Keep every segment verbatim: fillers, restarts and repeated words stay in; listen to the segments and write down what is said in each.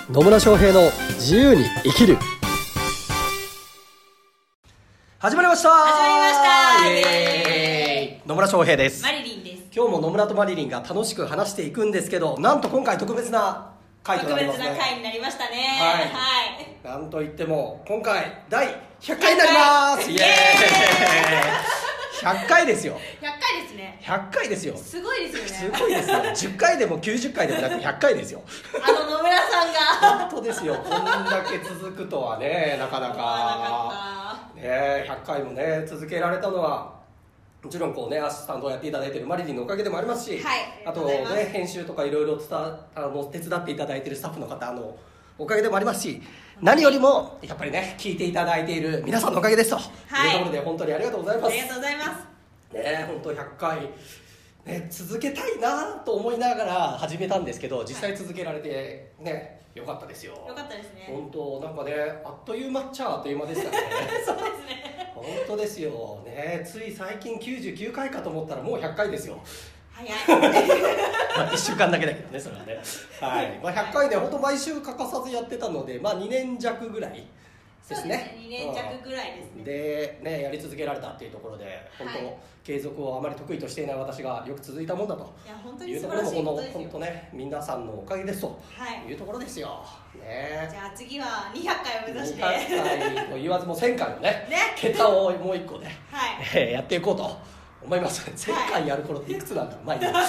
野村翔平の自由に生きる。始まりました始まりましたイエーイ。野村翔平です。 マリリンです。 今日も野村とマリリンが楽しく話していくんですけど、なんと今回特別な回と特なりますね。 別な回になりましたね。 はいはい。 なんといっても今回だいひゃっかいになりますイエーイ。ひゃっかいですよ。 ひゃっかいですね。 ひゃっかいですよ。 すごいですよね。 すごいですよ。じゅっかいでもきゅうじゅっかいでもなくひゃっかいですよ。 あの野村さんが本当ですよ。こんだけ続くとはね、なかな思わかね、ひゃっかいもね続けられたのはもちろんこうねアシスタントをやっていただいているマリリンのおかげでもありますし、 はい、 あとね編集とかいろいろあの手伝っていただいているスタッフの方のおかげでもありますし、何よりもやっぱりね聞いていただいている皆さんのおかげですと、 はい、 いうところで本当にありがとうございます。 ありがとうございます。 ね、本当ひゃっかい、ね、続けたいなと思いながら始めたんですけど、実際続けられてねよかったですよ。 よかったですね。 本当なんかねあっという間っちゃあっという間でしたね。 そうですね。 本当ですよね。つい最近きゅうじゅうきゅうかいかと思ったらもうひゃっかいですよ。 早い。 まあいっしゅうかんだけだけどねそれはね。はい。まあひゃっかいね本当毎週欠かさずやってたので、まあにねんじゃくぐらいですね。 にねんじゃくぐらいですね。 でねやり続けられたっていうところで、本当、はい、継続をあまり得意としていない私がよく続いたもんだというところもこの本当ね皆さんのおかげですというところですよ。ね。 じゃあ次はにひゃっかいを目指して。 にひゃっかいと言わずもせんかいをね。 ね。 桁をもう一個ね、 はいえー、やっていこうと思います。せんかいやる頃っていくつなんだろう、毎日。ね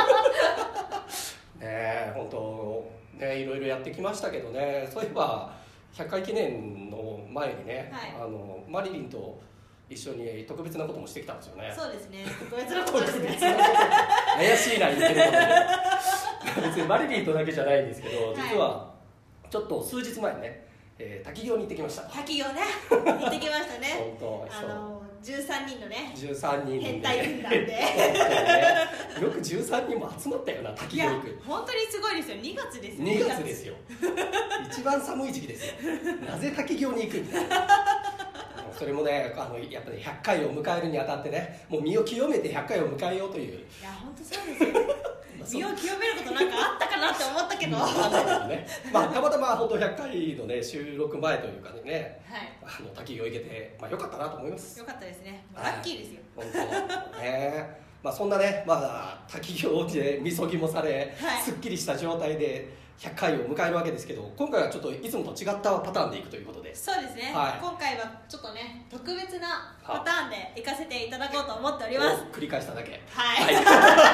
え本当ねいろいろやってきましたけどね。そういえばひゃっかい記念の前にね、はい、あのマリリンと一緒に特別なこともしてきたんですよね。 そうですね。特別なことですね。 怪しいな言ってることで。別にマリリンとだけじゃないんですけど、実はちょっと数日前にね、えー、滝行に行ってきました。 滝行ね。行ってきましたね。 本当。 あのじゅうさんにんのね。 じゅうさんにんで。 変態軍団で。ね、 よくじゅうさんにんも集まったよな滝行行く。 本当にすごいですよ。にがつですよ。 にがつですよ。一番寒い時期ですよ。なぜ滝行に行くんだ。それもね、あのやっぱりひゃっかいを迎えるにあたってね、もう身を清めてひゃっかいを迎えようという。 いや本当そうですよ。身を清めることなんかあったかなって思ったけど。 ね、まあたまたま本当ひゃっかいのね収録前というかね、 はい、 あの滝行行けてまあ良かったなと思います。 良かったですね。ラッキーですよ。 本当ね。まあそんなねまだ滝行でみそぎもされ、はい、すっきりした状態でひゃっかいを迎えるわけですけど、今回はちょっといつもと違ったパターンでいくということで。 そうですね、はい、今回はちょっとね特別なパターンで行かせていただこうと思っております。 繰り返しただけ。 はい、はい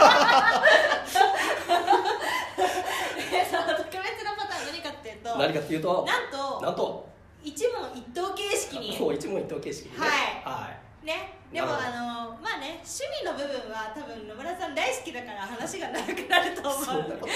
その特別なパターン何かっていうと何かっていうとなんとなんと一問一答形式に。 もう一問一答形式にね。 はい、はいね、でもあのまあね趣味の部分は多分野村さん大好きだから話が長くなると思う。そんなこと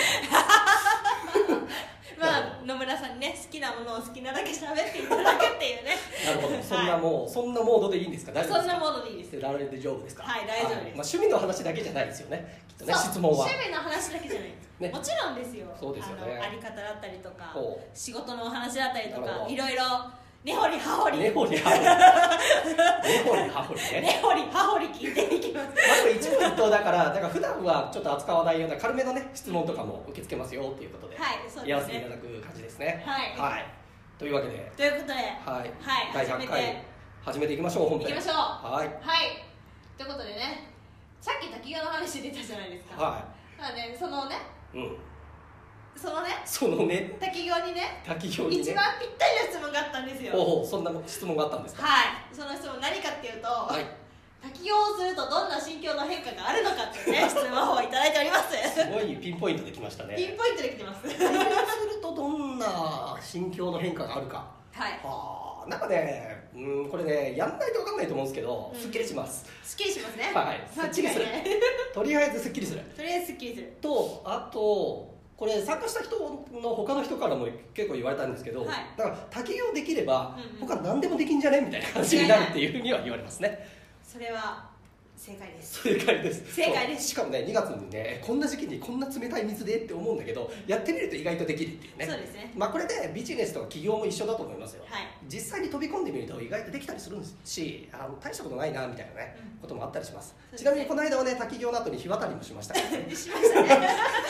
まあ野村さんにね好きなものを好きなだけ喋っていただくっていうね。 なるほど。そんなもう、はい、そんなモードでいいんですか。大丈夫ですか。 そんなモードでいいです。 大丈夫ですか。 はい大丈夫です。はい、まあ、 趣味の話だけじゃないですよね。きっとね質問は。 趣味の話だけじゃないです。ね、もちろんですよ。 そうですよね。 あのあり方だったりとか仕事のお話だったりとかいろいろ。根掘り葉掘り根掘り葉掘り根掘り葉掘りね。 根掘り葉掘り聞いていきます。 まず一問一答だからだから普段はちょっと扱わないような軽めのね質問とかも受け付けますよっていうことで、 はい、そうですね、 やらせていただく感じですね。 はい、 はい、というわけでということで、はい、 はい、 だいひゃっかい始めていきましょう。本編いきましょう。 はい、 はい、ということでね、さっき滝行の話出たじゃないですか。 はい、 まあね、そのね、うんそのね、 そのね、 滝行にね、 滝行にね、 一番ぴったりな質問があったんですよ。 おお、そんな質問があったんですか。 はい、その質問何かっていうと、はい、滝行をするとどんな心境の変化があるのかっていうね質問をいただいております。 すごいピンポイントできましたね。 ピンポイントできてます。 滝行するとどんな心境の変化があるか。 はい。 はあ、なんかね、うん、これね、やんないと分かんないと思うんですけど、うん、すっきりします。 すっきりしますね。 はい、すっきりする。とりあえずすっきりする。 とりあえずすっきりする。 と、あと。これ参加した人の他の人からも結構言われたんですけど、はい、だから滝行できれば、うんうん、他何でもできんじゃねみたいな感じになるっていうふうには言われますね。 それは正解です。 正解です。 正解です。 しかもねにがつにねこんな時期にこんな冷たい水でって思うんだけど、やってみると意外とできるっていうね。 そうですね。 まあこれでビジネスとか企業も一緒だと思いますよ。 はい、 実際に飛び込んでみると意外とできたりするし、あの大したことないなみたいなね、うん、こともあったりします。ちなみにこの間はね滝行の後に日渡りもしましたから、ね、 しましたね。しま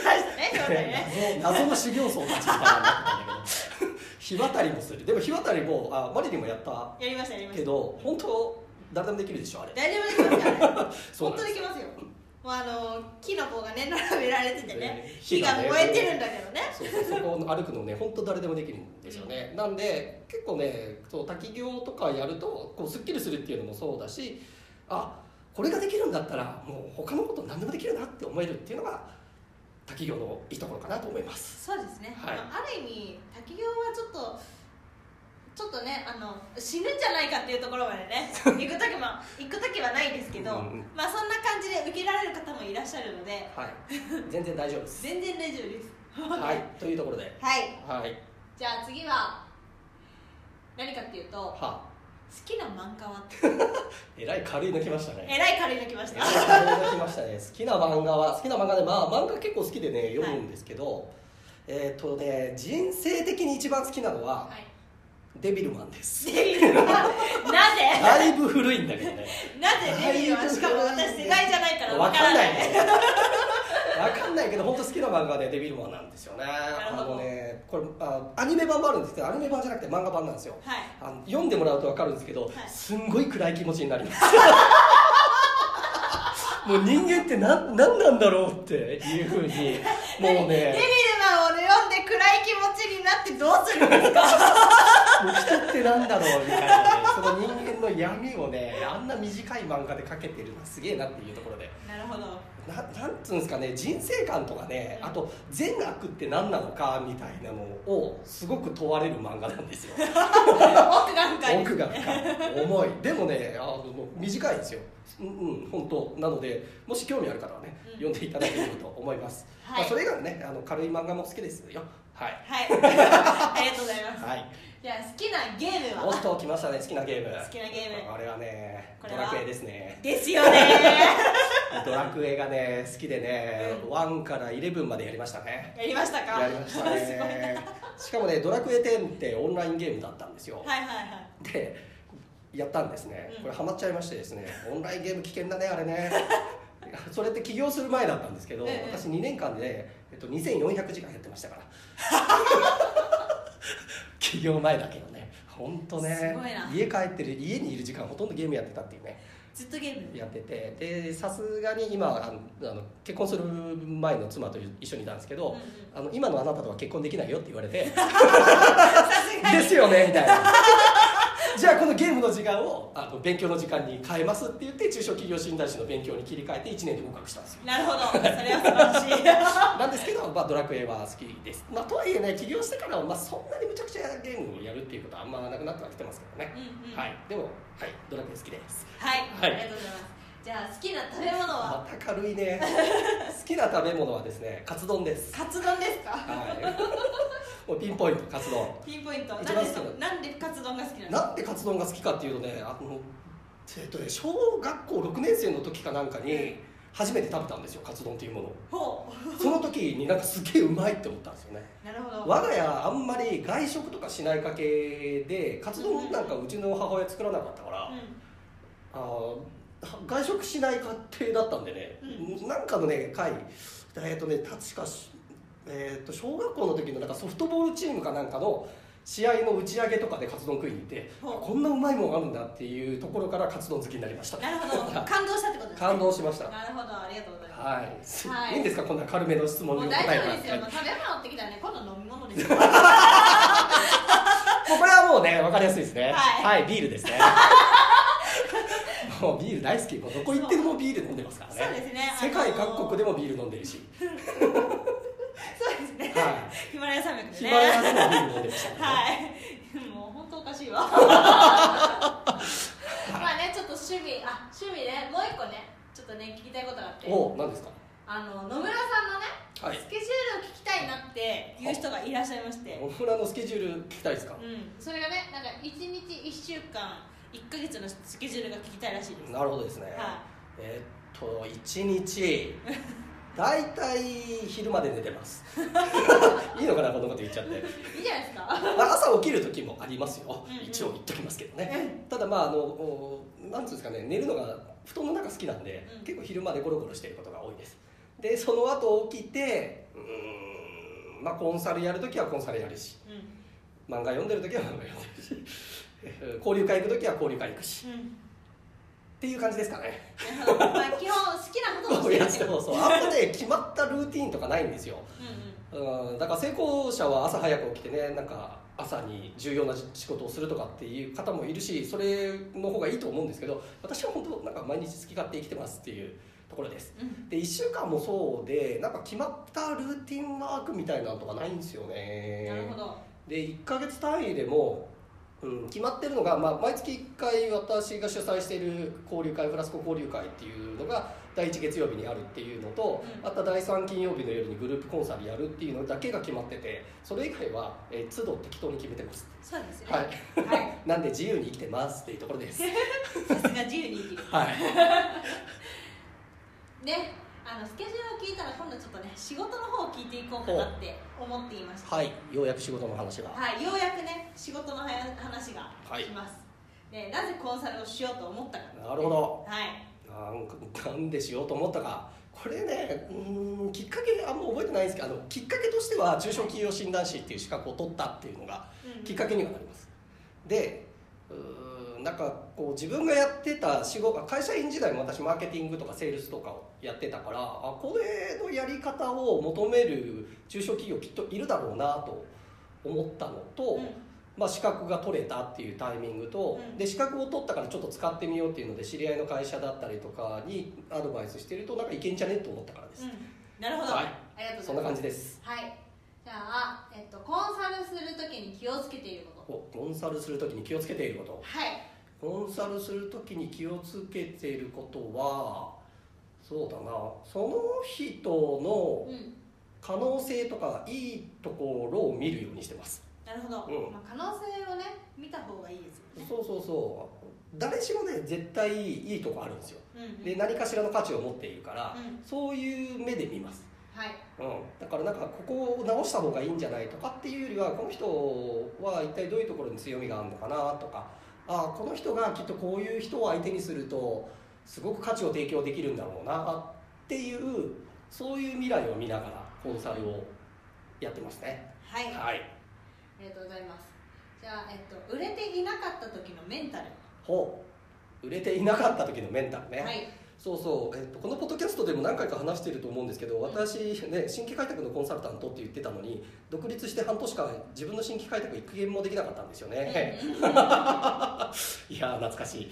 したね謎, 謎の修行僧たちみたいになってたんだけど日渡りもする。でも日渡りもあマリリンもやったやりましたやりましたけど本当誰でもできるでしょあれ。 誰でもできますよあれ本当できますよ。もうあの木の棒がね並べられててね火が燃えてるんだけどね。 そうそうそこを歩くのね本当誰でもできるんですよね、うん、なんで結構ねそう滝行とかやるとこうすっきりするっていうのもそうだし、あこれができるんだったらもう他のこと何でもできるなって思えるっていうのが滝行のいいところかなと思います。 そうですね、はい、ある意味滝行はちょっとちょっとねあの死ぬんじゃないかっていうところまでね行く時も行く時はないですけど、うん、まあそんな感じで受けられる方もいらっしゃるので、 はい、全然大丈夫です全然大丈夫ですはいというところではい、 はい、 じゃあ次は何かっていうと、はあ、好きな漫画はえらい軽いのきましたね。 えらい軽いのきましたえらい軽いのきましたね。好きな漫画は好きな漫画でまあ漫画結構好きでね読むんですけど、はい、えっ、ー、とね人生的に一番好きなのは、はい、デビルマンです。 デビルマンなぜだいぶ古いんだけどね。 なぜデビルマンしかも私世代じゃないから分からない分かんないけど本当好きな漫画でデビルマンなんですよね。あのねこれあアニメ版もあるんですけどアニメ版じゃなくて漫画版なんですよ、はい、あの読んでもらうと分かるんですけど、はい、すんごい暗い気持ちになりますもう人間って何なんだろうっていうふうにもうねデビルマンを読んで暗い気持ちになってどうするんですかもう人ってなんだろうみたいなねその人間の闇をねあんな短い漫画で描けてるのはすげえなっていうところでなるほどな, なんつうんですかね人生観とかね、うん、あと善悪って何なのかみたいなのをすごく問われる漫画なんですよ奥が深い、ね、 奥が深い重いでもねあの短いんですよ、うんうん本当なのでもし興味ある方はね、うん、読んでいただければと思います、はいまあ、それ以外のねあの軽い漫画も好きですよはい、 はい、ありがとうございます、 はいじゃあ好きなゲームはおっと来ましたね好きなゲーム好きなゲームあれはねドラクエですねですよねドラクエがね好きでね、うん、ワンからイレブンまでやりましたねやりましたかやりましたねしかもねドラクエテンってオンラインゲームだったんですよはいはいはいでやったんですね、うん、これハマっちゃいましてですねオンラインゲーム危険だねあれねそれって起業する前だったんですけど、うんうん、私にねんかんで、えっと、にせんよんひゃくじかんやってましたから起業前だけどね本当ね家帰ってる家にいる時間ほとんどゲームやってたっていうねずっとゲームやっててでさすがに今あのあの結婚する前の妻と一緒にいたんですけど、うんうん、あの今のあなたとは結婚できないよって言われてですよねみたいなじゃあこのゲームの時間をあの勉強の時間に変えますって言って中小企業診断士の勉強に切り替えていちねんで合格したんですよ。 なるほどそれは素晴らしいなんですけど、まあ、ドラクエは好きです、まあ、とはいえね起業してからは、まあ、そんなにむちゃくちゃゲームをやるっていうことはあんまなくなってはきてますけどね、うんうん、はい、でも、はい、ドラクエ好きです。 はい、はい、ありがとうございます。じゃあ好きな食べ物はまた軽いね好きな食べ物はですねカツ丼です。 カツ丼ですかはいもうピンポイントカツ丼ピンポイントなんでなんでカツ丼が好きなのなんでカツ丼が好きかっていうとねあの、えっとね、小学校ろくねん生の時かなんかに初めて食べたんですよカツ丼っていうものをほうその時になんかすげえうまいって思ったんですよね。 なるほど。 我が家あんまり外食とかしない家系でカツ丼なんかうちの母親作らなかったから、うん、あ外食しない家庭だったんでね、うん、なんかのね会えっとね確かえー、と小学校の時のなんかソフトボールチームかなんかの試合の打ち上げとかでカツ丼食いに行ってこんなうまいもんあるんだっていうところからカツ丼好きになりました。 なるほど感動したってことですね。 感動しました。 なるほどありがとうございます。 はい、はい、いいんですかこんな軽めの質問に答えて。大丈夫ですよ、もう食べ物ってきたらね今度飲み物ですよもうこれはもうね分かりやすいですね。はい、はい、ビールですねもうビール大好きもうどこ行ってもビール飲んでますからね。 そうですね、 世界各国でもビール飲んでるしそうですね、はい、ヒマラヤ山脈でねヒマラヤでもビール飲んでましたねはいもう本当おかしいわまあねちょっと趣味あ趣味ねもう一個ねちょっとね聞きたいことがあって。 お何ですか。 あの野村さんのね、はい、スケジュールを聞きたいなっていう人がいらっしゃいまして。 野村のスケジュール聞きたいですか。 うんそれがねなんかいちにちいっしゅうかんいっかげつのスケジュールが聞きたいらしいです。 なるほどですね、 はい、 えー、っといちにちだいたい昼まで寝てますいいのかなこんなこと言っちゃって。いいじゃないですか、 まあ、朝起きる時もありますよ、うんうん、一応言っときますけどね、 うん、 ただまああのなんつうんですかね寝るのが布団の中好きなんで、うん、結構昼までゴロゴロしていることが多いです。でその後起きてうーん、まあコンサルやるときはコンサルやるし、うん、漫画読んでるときは漫画読んでるし交流会行くときは交流会行くし、うん、っていう感じですかねまあ基本好きなことをしてるってそうそう、あんまね決まったルーティーンとかないんですよ、うん、うん、だから成功者は朝早く起きてね、なんか朝に重要な仕事をするとかっていう方もいるし、それの方がいいと思うんですけど、私は本当なんか毎日好き勝手生きてますっていうところです、うん、でいっしゅうかんもそうで、なんか決まったルーティンワークみたいなのとかないんですよね。 なるほど。 でいっかげつ単位でも、うん、決まってるのが、まあ、毎月いっかい私が主催している交流会、フラスコ交流会っていうのがだいいち月曜日にあるっていうのと、うん、あとだいさん金曜日の夜にグループコンサルやるっていうのだけが決まってて、それ以外は、えー、都度適当に決めてます。 そうですね、 はい、はい、なんで自由に生きてますっていうところですさすが自由に生きるはいね、あのスケジュールを聞いたら今度ちょっとね仕事の方を聞いていこうかなって思っていました。 はい、ようやく仕事の話が、 はい、ようやくね仕事の話が来ます、はい、でなぜコンサルをしようと思ったか、 ね、なるほど、 はい、 なんかなんでしようと思ったか、これね、うーんきっかけあんま覚えてないんですけど、あのきっかけとしては中小企業診断士っていう資格を取ったっていうのがきっかけにはなります、うん、でうーんなんかこう自分がやってた仕事、会社員時代も私マーケティングとかセールスとかをやってたから、あこれのやり方を求める中小企業きっといるだろうなと思ったのと、うん、まあ、資格が取れたっていうタイミングと、うん、で資格を取ったからちょっと使ってみようっていうので知り合いの会社だったりとかにアドバイスしてるとなんかいけんじゃねと思ったからです、うん、 なるほど、 はい、 ありがとうございます。 そんな感じです。 はい、じゃあ、えっと、コンサルするときに気をつけていること。 コンサルするときに気をつけていること、 はい、 コンサルするときに気をつけていることは、そうだな、その人の可能性とかいいところを見るようにしてます。 なるほど、うん、まあ、可能性をね見た方がいいですよね。 そうそうそう、誰しもね絶対いいとこあるんですよ、うんうん、で何かしらの価値を持っているから、うん、そういう目で見ます。 はい、 うん、だからなんかここを直した方がいいんじゃないとかっていうよりは、この人は一体どういうところに強みがあるのかなとか、あこの人がきっとこういう人を相手にするとすごく価値を提供できるんだろうなっていう、そういう未来を見ながらコンサルをやってますね。 はい、 はい、 ありがとうございます。じゃあ、えっと、売れていなかった時のメンタル。 ほう、売れていなかった時のメンタルね。 はい、 そうそう、えっと、このポッドキャストでも何回か話していると思うんですけど、私ね新規開拓のコンサルタントって言ってたのに、独立して半年間自分の新規開拓一件もできなかったんですよね、うん、いや懐かしい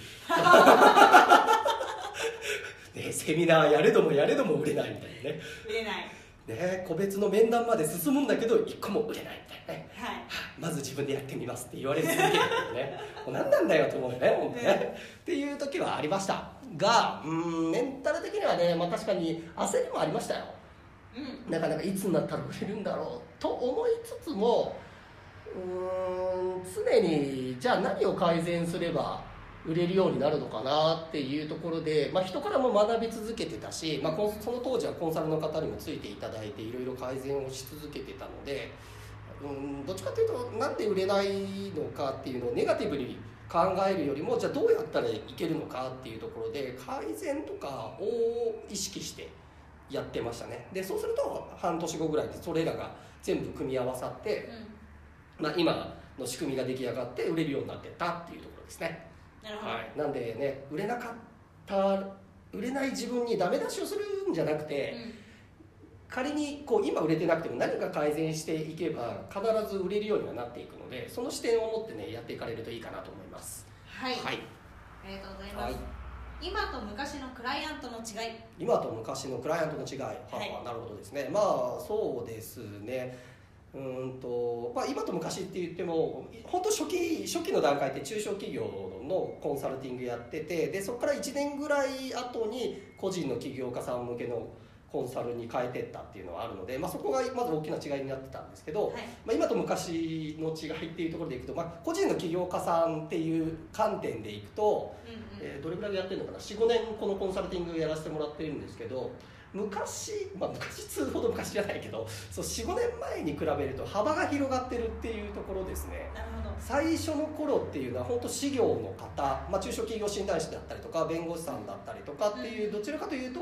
ね、セミナーやれどもやれども売れないみたいなね。 売れないね、個別の面談まで進むんだけど一個も売れないみたいなね、 はい、 まず自分でやってみますって言われ続けるっていうねもう何なんだよと思うよね本当ね、ねっていう時はありましたが、うーんメンタル的にはね、まあ、確かに焦りもありましたよ、うん、なかなかいつになったら売れるんだろうと思いつつも、うーん常にじゃあ何を改善すれば売れるようになるのかなっていうところで、まあ、人からも学び続けてたし、まあ、その当時はコンサルの方にもついていただいていろいろ改善をし続けてたので、うんどっちかというとなんで売れないのかっていうのをネガティブに考えるよりも、じゃあどうやったらいけるのかっていうところで改善とかを意識してやってましたね。でそうすると半年後ぐらいでそれらが全部組み合わさって、うんまあ、今の仕組みが出来上がって売れるようになってたっていうところですね。 なるほど、 はい、なんでね、売れなかった売れない自分にダメ出しをするんじゃなくて、うん、仮にこう今売れてなくても何か改善していけば必ず売れるようにはなっていくので、その視点を持ってねやっていかれるといいかなと思います。 はい、はい、ありがとうございます、はい、今と昔のクライアントの違い。 今と昔のクライアントの違い、はい、なるほどですね。まあそうですね、うんとまあ、今と昔って言っても本当初期初期の段階って中小企業のコンサルティングやってて、でそこからいちねんぐらい後に個人の起業家さん向けのコンサルに変えてったっていうのはあるので、まあ、そこがまず大きな違いになってたんですけど、はいまあ、今と昔の違いっていうところでいくと、まあ、個人の起業家さんっていう観点でいくと、うんうんえー、どれぐらいやってるのかな よん,ご 年このコンサルティングやらせてもらってるんですけど、昔、まあ、昔つうほど昔じゃないけどそう よん,ご 年前に比べると幅が広がってるっていうところですね。 なるほど。 最初の頃っていうのは本当事業の方、まあ、中小企業診断士だったりとか弁護士さんだったりとかっていう、どちらかというと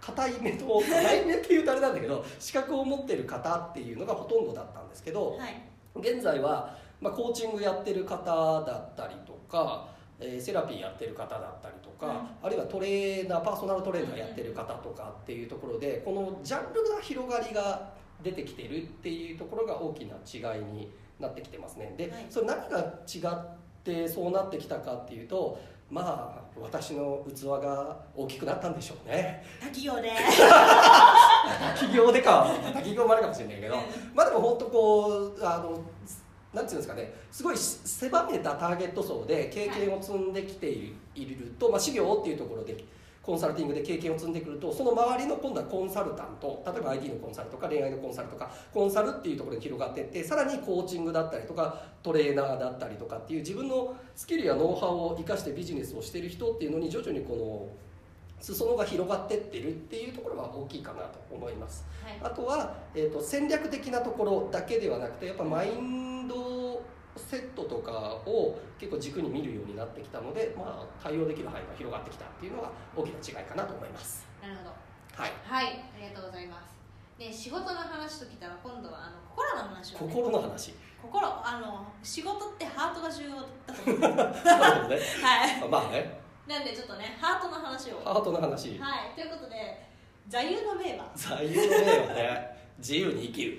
固い目と固い目っていうとあれなんだけど資格を持ってる方っていうのがほとんどだったんですけど、 はい、 現在は、まあ、コーチングやってる方だったりとか、えー、セラピーやってる方だったりとか、うん、あるいはトレーナーパーソナルトレーナーやってる方とかっていうところでこのジャンルが広がりが出てきてるっていうところが大きな違いになってきてますね。で、はい、それ何が違ってそうなってきたかっていうと、まあ私の器が大きくなったんでしょうね。 滝行で滝行でか滝行もあるかもしれないけど、まあでも本当こうあのなんていうんですかね、すごい狭めたターゲット層で経験を積んできている、はい、いると、まあ、事業っていうところでコンサルティングで経験を積んでくると、その周りの今度はコンサルタント、例えば アイティー のコンサルとか恋愛のコンサルとかコンサルっていうところに広がっていって、さらにコーチングだったりとかトレーナーだったりとかっていう自分のスキルやノウハウを生かしてビジネスをしている人っていうのに徐々にこの裾野が広がっていってるっていうところが大きいかなと思います、はい、あとは、えーと、戦略的なところだけではなくてやっぱマインドセットとかを結構軸に見るようになってきたので、まあ、対応できる範囲が広がってきたっていうのが大きな違いかなと思います。 なるほど、 はい、 はい、ありがとうございます。で、仕事の話ときたら今度はあの心の話を、ね、 心の話心あの仕事ってハートが重要だと思います。 なるほどねはい、 まあね、 なんでちょっとねハートの話をハートの話、 はい、ということで座右の銘は座右の銘はね自由に生きる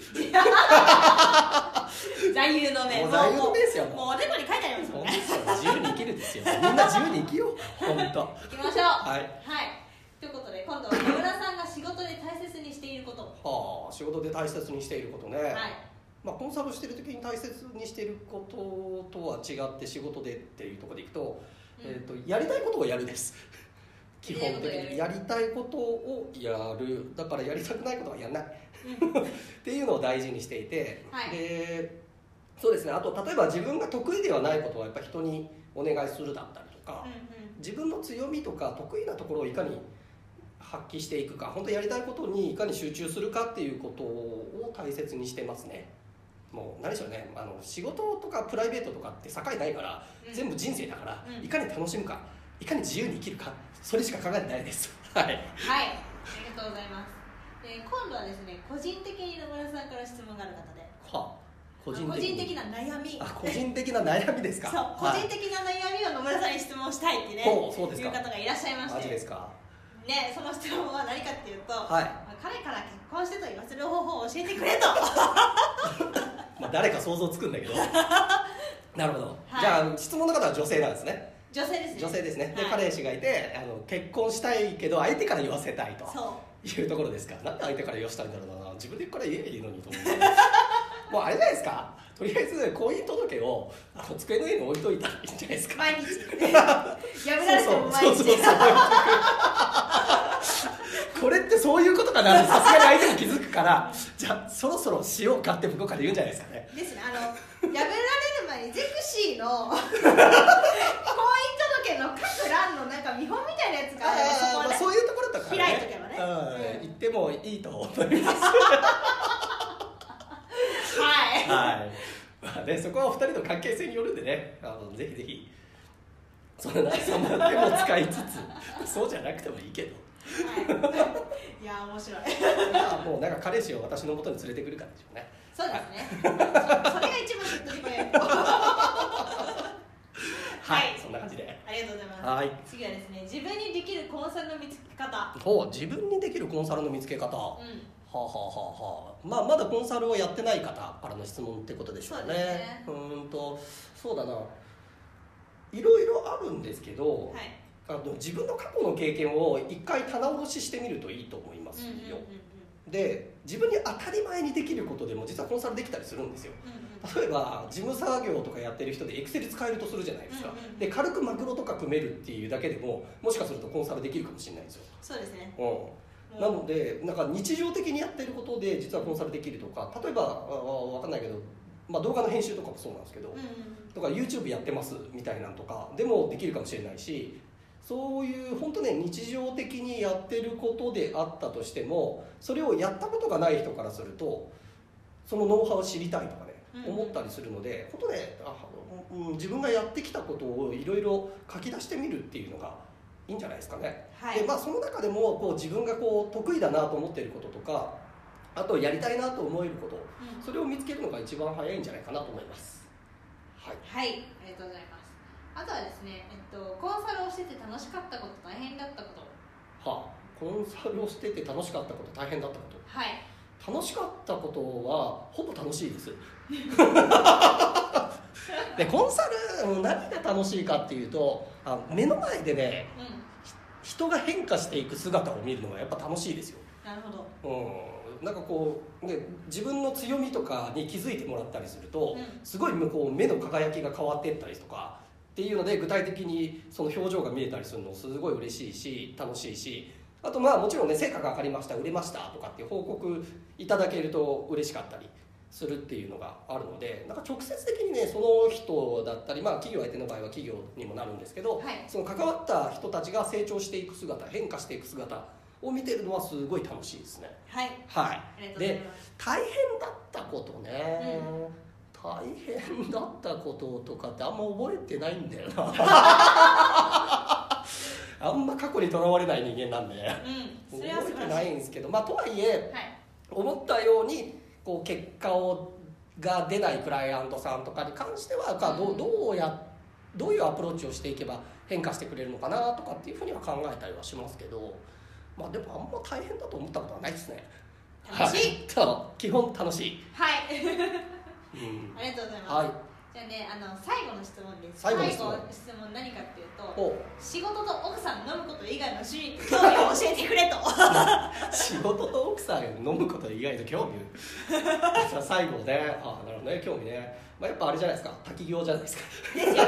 座右の銘、 もう座右の銘ですよ。 もうおでこに書いてありますもんね。 自由に生きるですよ。みんな自由に生きよう。本当。 行きましょう。 はい。 はい。ということで今度は野村さんが仕事で大切にしていること。 はあ、仕事で大切にしていることね。 はい。 まあコンサルしてる時に大切にしていることとは違って仕事でっていうところでいくと、うん、えっとやりたいことをやるです。基本的にやりたいことをやる。だからやりたくないことはやらない。っていうのを大事にしていて、 はい、 でそうですね、あと例えば自分が得意ではないことはやっぱ人にお願いするだったりとか、うんうん、自分の強みとか得意なところをいかに発揮していくか、本当にやりたいことにいかに集中するかっていうことを大切にしてますね。もう何でしょうね、あの仕事とかプライベートとかって境ないから、うん、全部人生だから、うん、いかに楽しむか、いかに自由に生きるか、それしか考えてないです。はい、はい、 ありがとうございます。で今度はですね、個人的に野村さんから質問がある方で、 はあ、個人 的, 個人的な悩み、 あ、個人的な悩みですか。 そう、個人的な悩みを野村さんに質問したいってね、 そうですか、 いう方がいらっしゃいまして、 マジですか。 ね、その質問は何かっていうと、 はい、 彼から結婚してと言わせる方法を教えてくれとまあ誰か想像つくんだけどなるほど、はい、じゃあ質問の方は女性なんですね。 女性ですね。 女性ですね。で、 はい、 彼氏がいて、あの結婚したいけど相手から言わせたいというところですか。なんで相手から言わせたいんだろうな、自分でから言えばいいのにと思ってもうあれじゃないですか、とりあえず婚姻届をあの机の上に置いといたらいいんじゃないですか。 毎日やめられても毎日。そうそうそうそうこれってそういうことかな、さすがに相手も気づくから、じゃあそろそろしようかって向こうから言うんじゃないですかね。 ですね、あのやめられる前にゼクシーの婚姻届の各欄のなんか見本みたいなやつがあれば、そこはね、 そういうところとか、ね、 開いとけばね、 うん、言ってもいいと思いますはい、 はい、まあね、そこはお二人の関係性によるんでね、あのぜひぜひそんなそんな手も使いつつそうじゃなくてもいいけど、 はい、いや面白い。 いやもうなんか彼氏を私の元に連れてくるからでしょうね。 そうですね、はい、そ, それが一番手っ取り早いはい、そんな感じでありがとうございます。 はい、 次はですね、自分にできるコンサルの見つけ方。 ほう、自分にできるコンサルの見つけ方、うん、はあはあはあはあ、まあまだコンサルをやってない方からの質問ってことでしょうね。そうですね。うーんとそうだな、いろいろあるんですけど、はい、あの自分の過去の経験を一回棚卸ししてみるといいと思いますよ。うんうんうんうん、で、自分に当たり前にできることでも実はコンサルできたりするんですよ。うんうん、例えば事務作業とかやってる人でエクセル使えるとするじゃないですか。うんうん、で、軽くマクロとか組めるっていうだけでももしかするとコンサルできるかもしれないんですよ。 そうですね。 うん、なのでなんか日常的にやってることで実はコンサルできるとか、例えばわかんないけど、まあ、動画の編集とかもそうなんですけど、うんうん、とか YouTube やってますみたいなのとかでもできるかもしれないし、そういう本当ね、日常的にやってることであったとしても、それをやったことがない人からするとそのノウハウを知りたいとかね、うんうん、思ったりするので、本当ね、あ、うん、自分がやってきたことをいろいろ書き出してみるっていうのがいいんじゃないですかね、 はい、 でまあ、その中でもこう自分がこう得意だなと思っていることとか、あとやりたいなと思えること、うん、それを見つけるのが一番早いんじゃないかなと思います。 はい、はい、ありがとうございます。あとはですね、えっと、コンサルをしてて楽しかったこと、大変だったこと。 はあ、コンサルをしてて楽しかったこと、大変だったこと。 はい。楽しかったことはほぼ楽しいですでコンサル何が楽しいかっていうと、あ目の前でね、うん、人が変化していく姿を見るのがやっぱ楽しいですよ。 なるほど。 うん、なんかこう、ね、自分の強みとかに気づいてもらったりすると、うん、すごいこう目の輝きが変わっていったりとかっていうので、具体的にその表情が見えたりするのすごい嬉しいし楽しいし、あとまあもちろんね、成果が上がりました、売れましたとかっていう報告いただけると嬉しかったりするっていうのがあるので、なんか直接的にね、その人だったり、まあ企業相手の場合は企業にもなるんですけど、はい、その関わった人たちが成長していく姿、変化していく姿を見てるのはすごい楽しいですね。 はい、 はい、で大変だったことね、うん、大変だったこととかってあんま覚えてないんだよなあんま過去にとらわれない人間なんで、うん、覚えてないんですけど、まあ、とはいえ、はい、思ったようにこう結果をが出ないクライアントさんとかに関しては、うん、ど, うどうやどういうアプローチをしていけば変化してくれるのかなとかっていうふうには考えたりはしますけど、まあ、でもあんま大変だと思ったことはないですね。 楽しい、 はい、基本楽しい。 はい、うん、ありがとうございます。はい、じゃあね、あの最後の質問です。 最後の質問、 最後の質問何かっていうと、仕事と奥さん飲むこと以外の趣味興味を教えてくれと仕事と奥さん飲むこと以外の興味じゃあ最後ね、あなるほどね、興味ね、まあ、やっぱあれじゃないですか、滝行じゃないですかですよね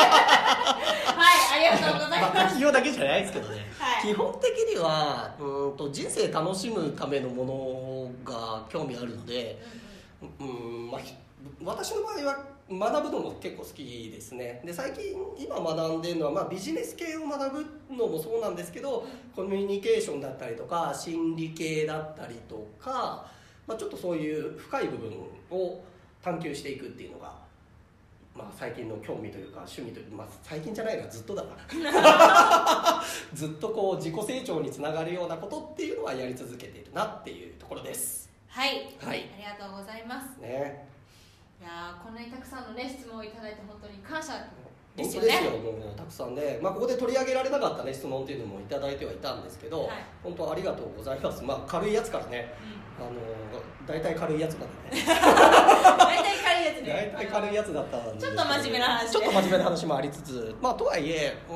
はい、ありがとうございます、まあ、 滝行だけじゃないですけどね、 はい、 基本的にはうんと人生楽しむためのものが興味あるので、うん、うんまあ、私の場合は学ぶのも結構好きですね。で最近今学んでるのは、まあ、ビジネス系を学ぶのもそうなんですけど、コミュニケーションだったりとか心理系だったりとか、まあ、ちょっとそういう深い部分を探求していくっていうのが、まあ、最近の興味というか趣味というか、まあ、最近じゃないな、ずっとだなずっとこう自己成長につながるようなことっていうのはやり続けているなっていうところです。 はい、 はい、 ありがとうございますね。 いやこんなにたくさんの、ね、質問をいただいて本当に感謝ですよね。本当ですよ、もうたくさんで、まあ、ここで取り上げられなかった、ね、質問っていうのもいただいてはいたんですけど、はい、本当ありがとうございます。まあ、軽いやつからね、うん、あの大体軽いやつなんでね大体軽いやつね大体軽いやつだったんで、 ちょっと真面目な話、ね、 ちょっと真面目な話もありつつ、まあ、とはいえ、うん、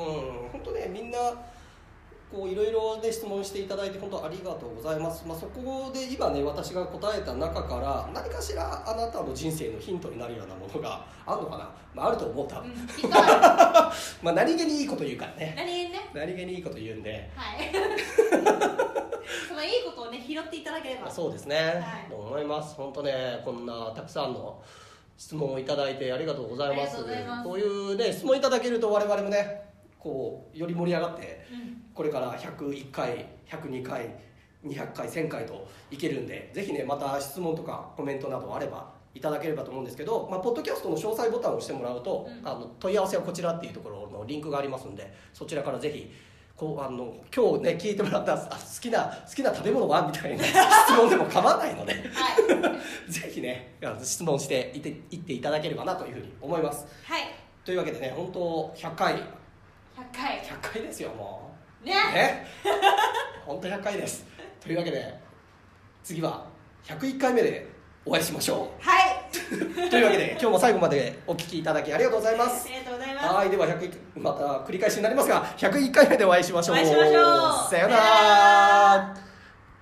本当ね、みんなこういろいろで質問していただいて本当ありがとうございます。まあ、そこで今ね、私が答えた中から何かしらあなたの人生のヒントになるようなものがあるのかな、まあ、あると思った、うん、まあ何気にいいこと言うからね、 何気にね何気にいいこと言うんで、 はいそのいいことをね拾っていただければ、 そうですね、はい、と思います。本当ね、こんなたくさんの質問をいただいてありがとうございます。こういうね質問いただけると我々もねこうより盛り上がって、うん、これからひゃくいっかいひゃくにかいにひゃっかいせんかいといけるんで、ぜひねまた質問とかコメントなどあればいただければと思うんですけど、まあ、ポッドキャストの詳細ボタンを押してもらうと、うん、あの問い合わせはこちらっていうところのリンクがありますんで、そちらからぜひこうあの今日ね聞いてもらった好きな好きな食べ物はみたいな質問でも構わないので、はい、ぜひね質問していっていっていただければなというふうに思います。 はい、 というわけでね、本当ひゃっかいひゃっかいひゃっかいですよ、もうねね本当ひゃっかいです。というわけで次はひゃくいっかいめでお会いしましょう。はいというわけで今日も最後までお聞きいただきありがとうございます。 ありがとうございます。 はい、ではひゃくまた繰り返しになりますがひゃくいっかいめでお会いしましょう。 お会いしましょう。 さよなら。